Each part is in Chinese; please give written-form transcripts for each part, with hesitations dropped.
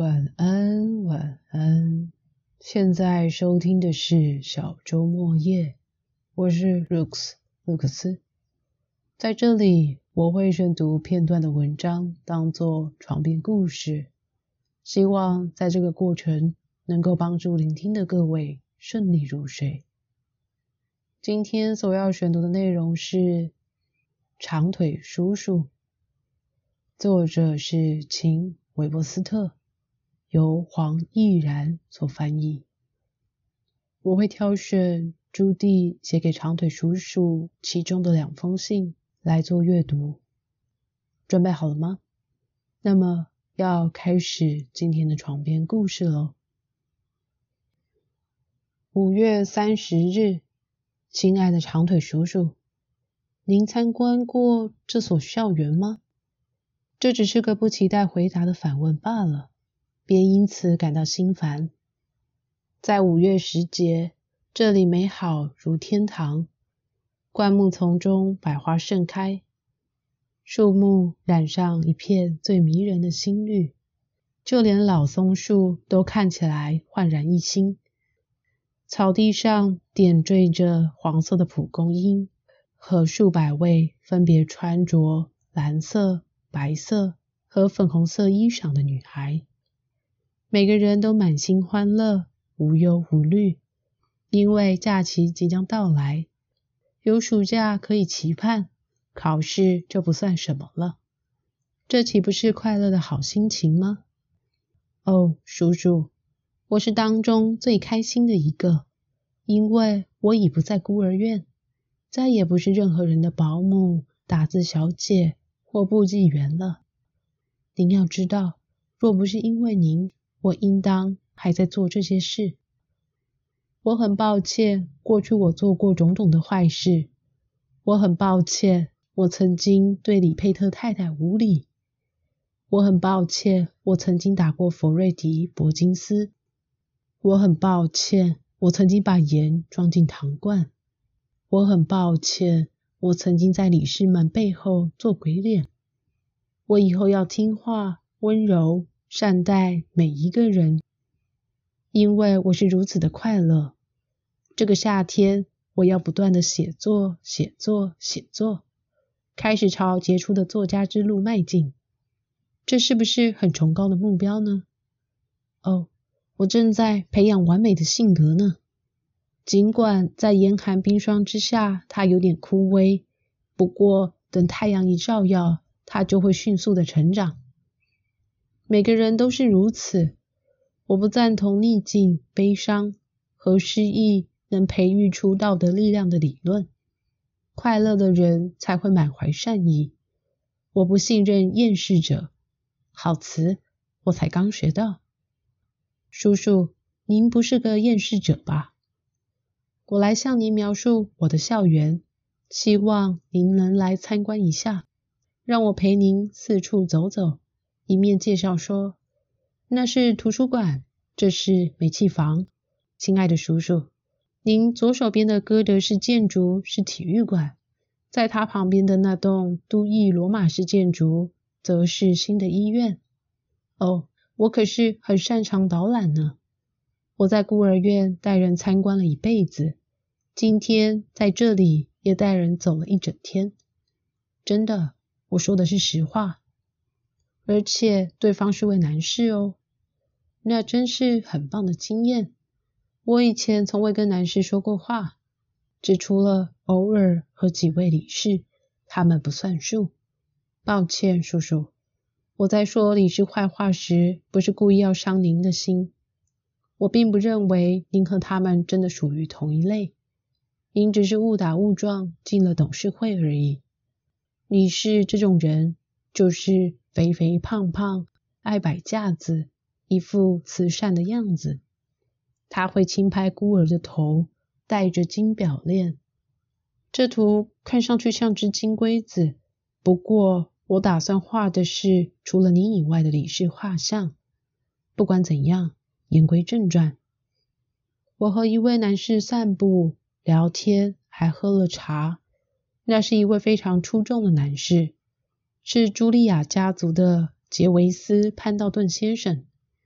晚安，晚安。现在收听的是小周末夜，我是 Rooks 路克斯。在这里，我会选读片段的文章当作床边故事，希望在这个过程能够帮助聆听的各位顺利入睡。今天所要选读的内容是长腿叔叔，作者是秦韦伯斯特，由黄毅然所翻译。我会挑选朱棣写给长腿叔叔其中的2封信来做阅读。准备好了吗？那么要开始今天的床边故事咯。5月30日，亲爱的长腿叔叔，您参观过这所校园吗？这只是个不期待回答的反问罢了，别因此感到心烦。在5月时节，这里美好如天堂，灌木丛中百花盛开，树木染上一片最迷人的新绿，就连老松树都看起来焕然一新。草地上点缀着黄色的蒲公英和数百位分别穿着蓝色、白色和粉红色衣裳的女孩，每个人都满心欢乐，无忧无虑，因为假期即将到来，有暑假可以期盼，考试就不算什么了。这岂不是快乐的好心情吗？哦，叔叔，我是当中最开心的一个，因为我已不在孤儿院，再也不是任何人的保姆、打字小姐或簿记员了。您要知道，若不是因为您，我应当还在做这些事。我很抱歉，过去我做过种种的坏事。我很抱歉，我曾经对李佩特太太无礼。我很抱歉，我曾经打过佛瑞迪·伯金斯。我很抱歉，我曾经把盐装进糖罐。我很抱歉，我曾经在理事们背后做鬼脸。我以后要听话、温柔、善待每一个人，因为我是如此的快乐。这个夏天，我要不断的写作，开始朝杰出的作家之路迈进。这是不是很崇高的目标呢？哦，我正在培养完美的性格呢。尽管在严寒冰霜之下，它有点枯萎，不过等太阳一照耀，它就会迅速的成长。每个人都是如此。我不赞同逆境、悲伤和失意能培育出道德力量的理论。快乐的人才会满怀善意。我不信任厌世者。好词，我才刚学到。叔叔，您不是个厌世者吧？我来向您描述我的校园，希望您能来参观一下。让我陪您四处走走，一面介绍说，那是图书馆，这是煤气房。亲爱的叔叔，您左手边的哥德式建筑是体育馆，在它旁边的那栋都邑罗马式建筑则是新的医院。哦，我可是很擅长导览呢。我在孤儿院带人参观了一辈子，今天在这里也带人走了一整天。真的，我说的是实话。而且对方是位男士哦，那真是很棒的经验。我以前从未跟男士说过话，只除了偶尔和几位理事，他们不算数。抱歉，叔叔，我在说理事坏话时，不是故意要伤您的心。我并不认为您和他们真的属于同一类，您只是误打误撞进了董事会而已。理事这种人，就是肥肥胖胖，爱摆架子，一副慈善的样子。他会轻拍孤儿的头，戴着金表链。这图看上去像只金龟子，不过我打算画的是除了你以外的理事画像。不管怎样，言归正传。我和一位男士散步、聊天，还喝了茶。那是一位非常出众的男士，是茱莉亚家族的杰维斯·潘道顿先生。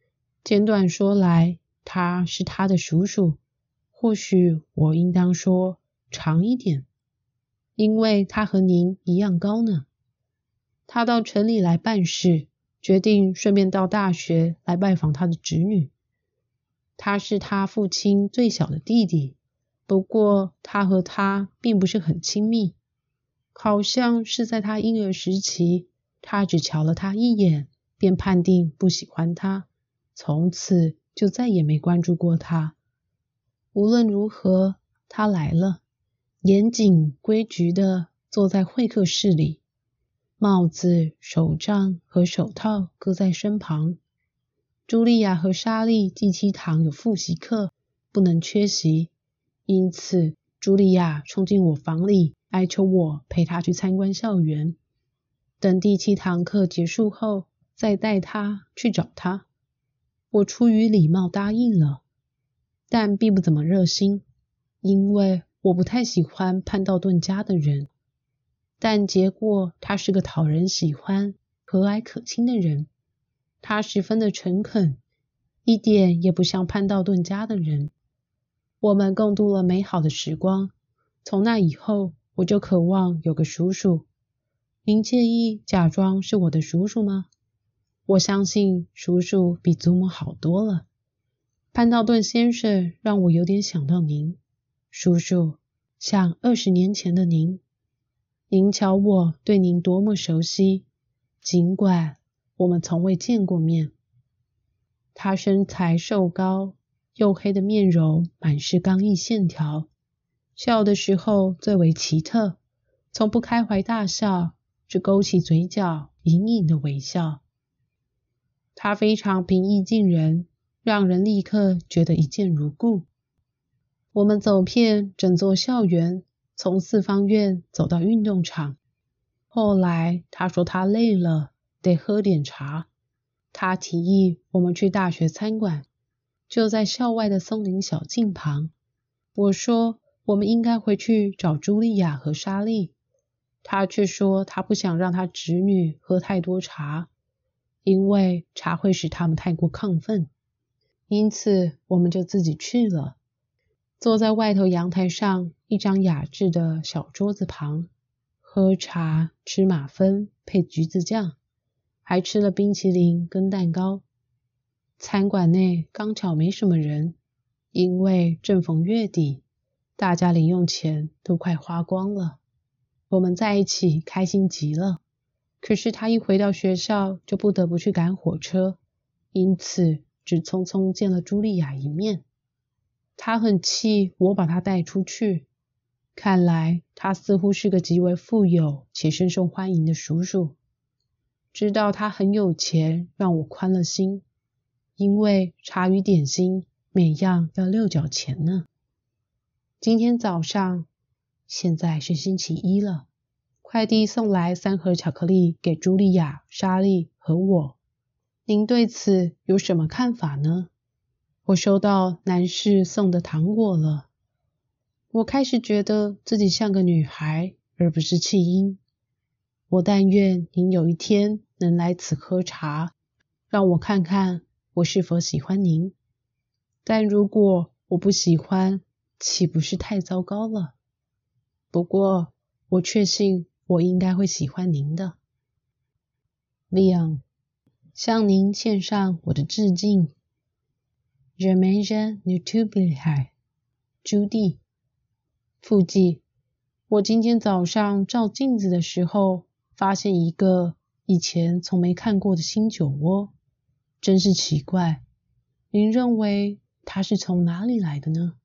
简短说来，他是他的叔叔，或许我应当说长一点，因为他和您一样高呢。他到城里来办事，决定顺便到大学来拜访他的侄女。他是他父亲最小的弟弟，不过他和他并不是很亲密，好像是在他婴儿时期，他只瞧了他一眼，便判定不喜欢他，从此就再也没关注过他。无论如何，他来了，严谨规矩地坐在会客室里，帽子、手杖和手套搁在身旁。茱莉亚和莎莉第7堂有复习课，不能缺席，因此茱莉亚冲进我房里，哀求我陪她去参观校园，等第7堂课结束后，再带她去找她。我出于礼貌答应了，但并不怎么热心，因为我不太喜欢潘道顿家的人。但结果他是个讨人喜欢、和蔼可亲的人。他十分的诚恳，一点也不像潘道顿家的人。我们共度了美好的时光。从那以后，我就渴望有个叔叔。您介意假装是我的叔叔吗？我相信叔叔比祖母好多了。潘道顿先生让我有点想到您，叔叔，像20年前的您。您瞧我对您多么熟悉，尽管我们从未见过面。他身材瘦高，黝黑的面容满是刚毅线条，笑的时候最为奇特，从不开怀大笑，只勾起嘴角隐隐的微笑。他非常平易近人，让人立刻觉得一见如故。我们走遍整座校园，从4方院走到运动场。后来他说他累了，得喝点茶。他提议我们去大学餐馆，就在校外的松林小径旁。我说我们应该回去找茱莉亚和莎莉。他却说他不想让他侄女喝太多茶，因为茶会使他们太过亢奋。因此我们就自己去了。坐在外头阳台上一张雅致的小桌子旁，喝茶吃马芬配橘子酱，还吃了冰淇淋跟蛋糕。餐馆内刚巧没什么人，因为正逢月底，大家零用钱都快花光了。我们在一起开心极了，可是他一回到学校就不得不去赶火车，因此只匆匆见了茱莉亚一面。他很气我把他带出去，看来他似乎是个极为富有且深受欢迎的叔叔。知道他很有钱，让我宽了心，因为茶与点心每样要6角钱呢。今天早上，现在是星期一了，快递送来3盒巧克力给茱莉亚、莎莉和我。您对此有什么看法呢？我收到男士送的糖果了。我开始觉得自己像个女孩，而不是弃婴。我但愿您有一天能来此喝茶，让我看看我是否喜欢您。但如果我不喜欢，岂不是太糟糕了？不过，我确信我应该会喜欢您的。Leon， 向您献上我的致敬。Jermaine Nutubilhai， 朱棣。附记，我今天早上照镜子的时候，发现一个以前从没看过的新酒窝，真是奇怪。您认为它是从哪里来的呢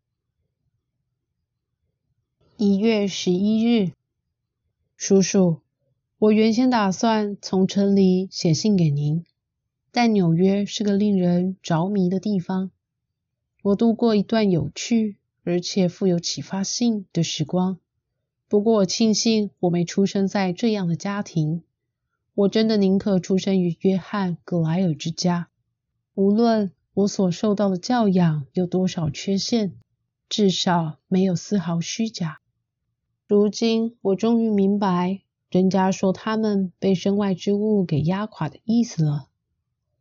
？1月11日，叔叔，我原先打算从城里写信给您，但纽约是个令人着迷的地方。我度过一段有趣而且富有启发性的时光。不过我庆幸我没出生在这样的家庭。我真的宁可出生于约翰·格莱尔之家。无论我所受到的教养有多少缺陷，至少没有丝毫虚假。如今我终于明白人家说他们被身外之物给压垮的意思了。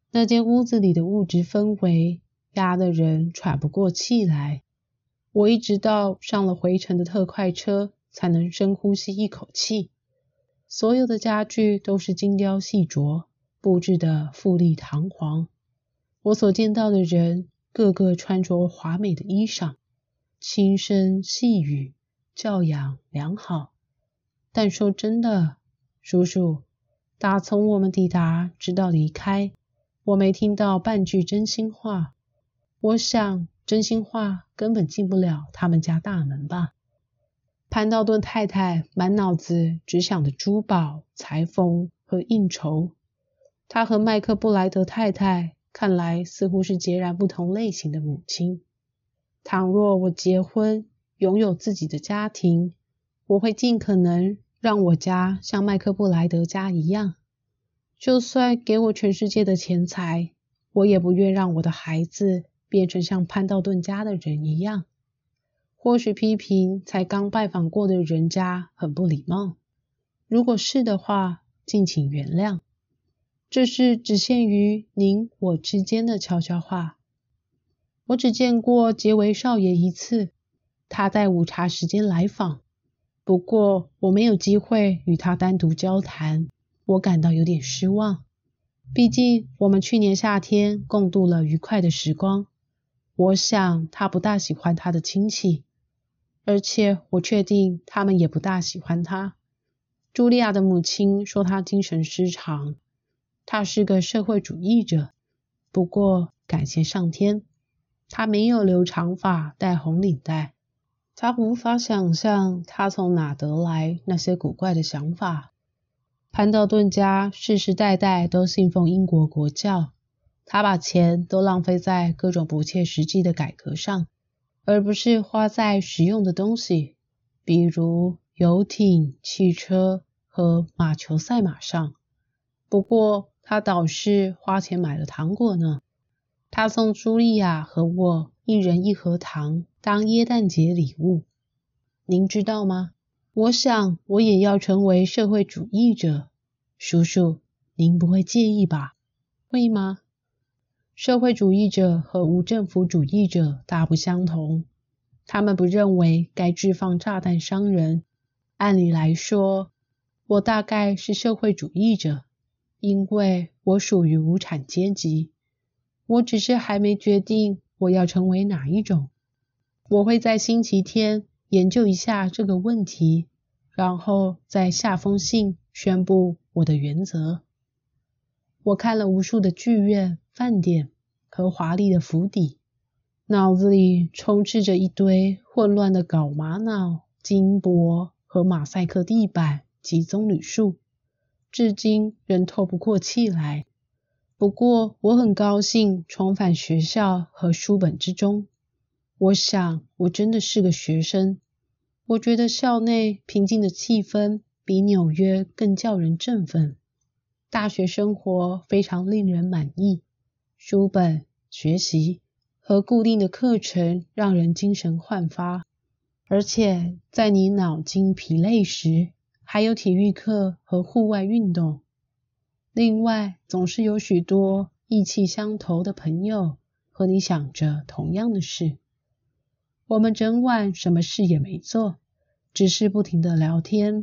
那间屋子里的物质氛围压得人喘不过气来。我一直到上了回程的特快车才能深呼吸一口气。所有的家具都是精雕细琢，布置得富丽堂皇。我所见到的人个个穿着华美的衣裳，轻声细语，教养良好。但说真的，叔叔，打从我们抵达直到离开，我没听到半句真心话。我想真心话根本进不了他们家大门吧。潘道顿太太满脑子只想着珠宝、裁缝和应酬。她和麦克布莱德太太看来似乎是截然不同类型的母亲。倘若我结婚，拥有自己的家庭，我会尽可能让我家像麦克布莱德家一样。就算给我全世界的钱财，我也不愿让我的孩子变成像潘道顿家的人一样。或许批评才刚拜访过的人家很不礼貌，如果是的话，敬请原谅。这是只限于您我之间的悄悄话。我只见过杰维少爷一次，他在午茶时间来访，不过我没有机会与他单独交谈，我感到有点失望。毕竟我们去年夏天共度了愉快的时光，我想他不大喜欢他的亲戚，而且我确定他们也不大喜欢他。茱莉亚的母亲说他精神失常，他是个社会主义者，不过感谢上天，他没有留长发戴红领带。他无法想象他从哪得来那些古怪的想法。潘道顿家世世代代都信奉英国国教，他把钱都浪费在各种不切实际的改革上，而不是花在实用的东西，比如游艇、汽车和马球赛马上。不过他倒是花钱买了糖果呢。他送茱莉亚和我一人一盒糖当耶诞节礼物。您知道吗？我想我也要成为社会主义者。叔叔，您不会介意吧？会吗？社会主义者和无政府主义者大不相同。他们不认为该置放炸弹伤人。按理来说，我大概是社会主义者，因为我属于无产阶级。我只是还没决定我要成为哪一种。我会在星期天研究一下这个问题，然后在下封信宣布我的原则。我看了无数的剧院、饭店和华丽的府邸，脑子里充斥着一堆混乱的搞玛瑙、金箔和马赛克地板及棕榈树，至今仍透不过气来。不过我很高兴重返学校和书本之中。我想我真的是个学生。我觉得校内平静的气氛比纽约更叫人振奋。大学生活非常令人满意，书本、学习和固定的课程让人精神焕发，而且在你脑筋疲累时，还有体育课和户外运动。另外，总是有许多意气相投的朋友和你想着同样的事。我们整晚什么事也没做，只是不停地聊天，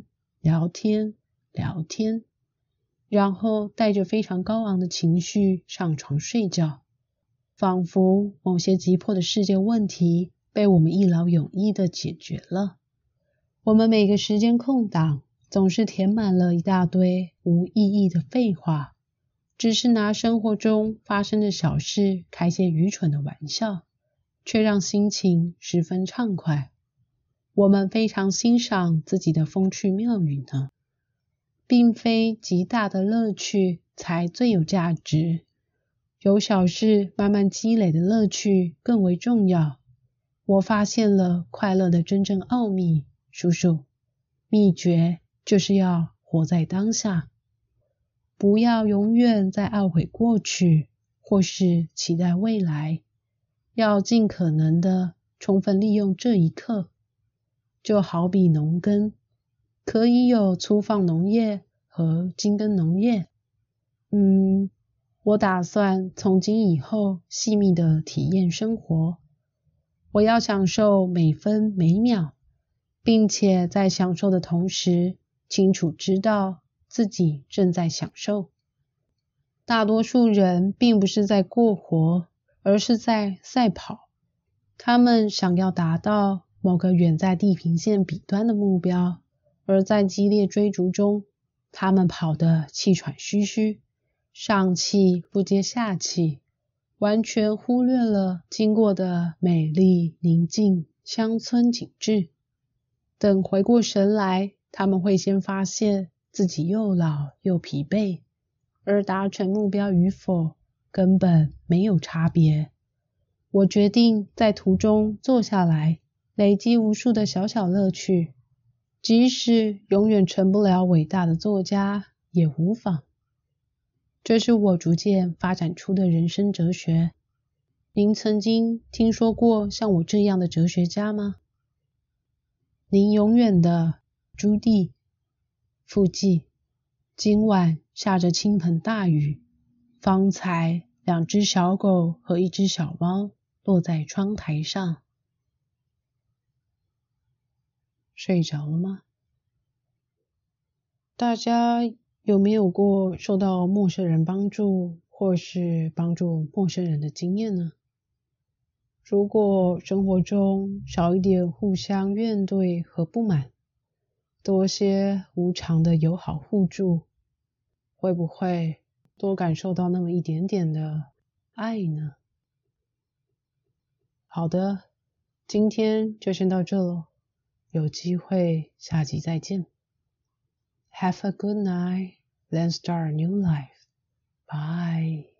然后带着非常高昂的情绪上床睡觉，仿佛某些急迫的世界问题被我们一劳永逸地解决了。我们每个时间空档总是填满了一大堆无意义的废话，只是拿生活中发生的小事开些愚蠢的玩笑，却让心情十分畅快。我们非常欣赏自己的风趣妙语呢。并非极大的乐趣才最有价值，有小事慢慢积累的乐趣更为重要。我发现了快乐的真正奥秘，叔叔，秘诀就是要活在当下，不要永远在懊悔过去，或是期待未来，要尽可能的充分利用这一刻。就好比农耕，可以有粗放农业和精耕农业。 我打算从今以后细密地体验生活。我要享受每分每秒，并且在享受的同时，清楚知道自己正在享受。大多数人并不是在过活，而是在赛跑。他们想要达到某个远在地平线彼端的目标，而在激烈追逐中，他们跑得气喘吁吁，上气不接下气，完全忽略了经过的美丽宁静乡村景致。等回过神来，他们会先发现自己又老又疲惫，而达成目标与否根本没有差别。我决定在途中坐下来，累积无数的小小乐趣，即使永远成不了伟大的作家也无妨。这是我逐渐发展出的人生哲学。您曾经听说过像我这样的哲学家吗？您永远的朱棣。附记：今晚下着倾盆大雨，方才2只小狗和1只小猫落在窗台上。睡着了吗？大家有没有过受到陌生人帮助，或是帮助陌生人的经验呢？如果生活中少一点互相怨怼和不满，多些无偿的友好互助，会不会多感受到那么一点点的爱呢？好的，今天就先到这咯，有机会下集再见。Have a good night, then start a new life. Bye.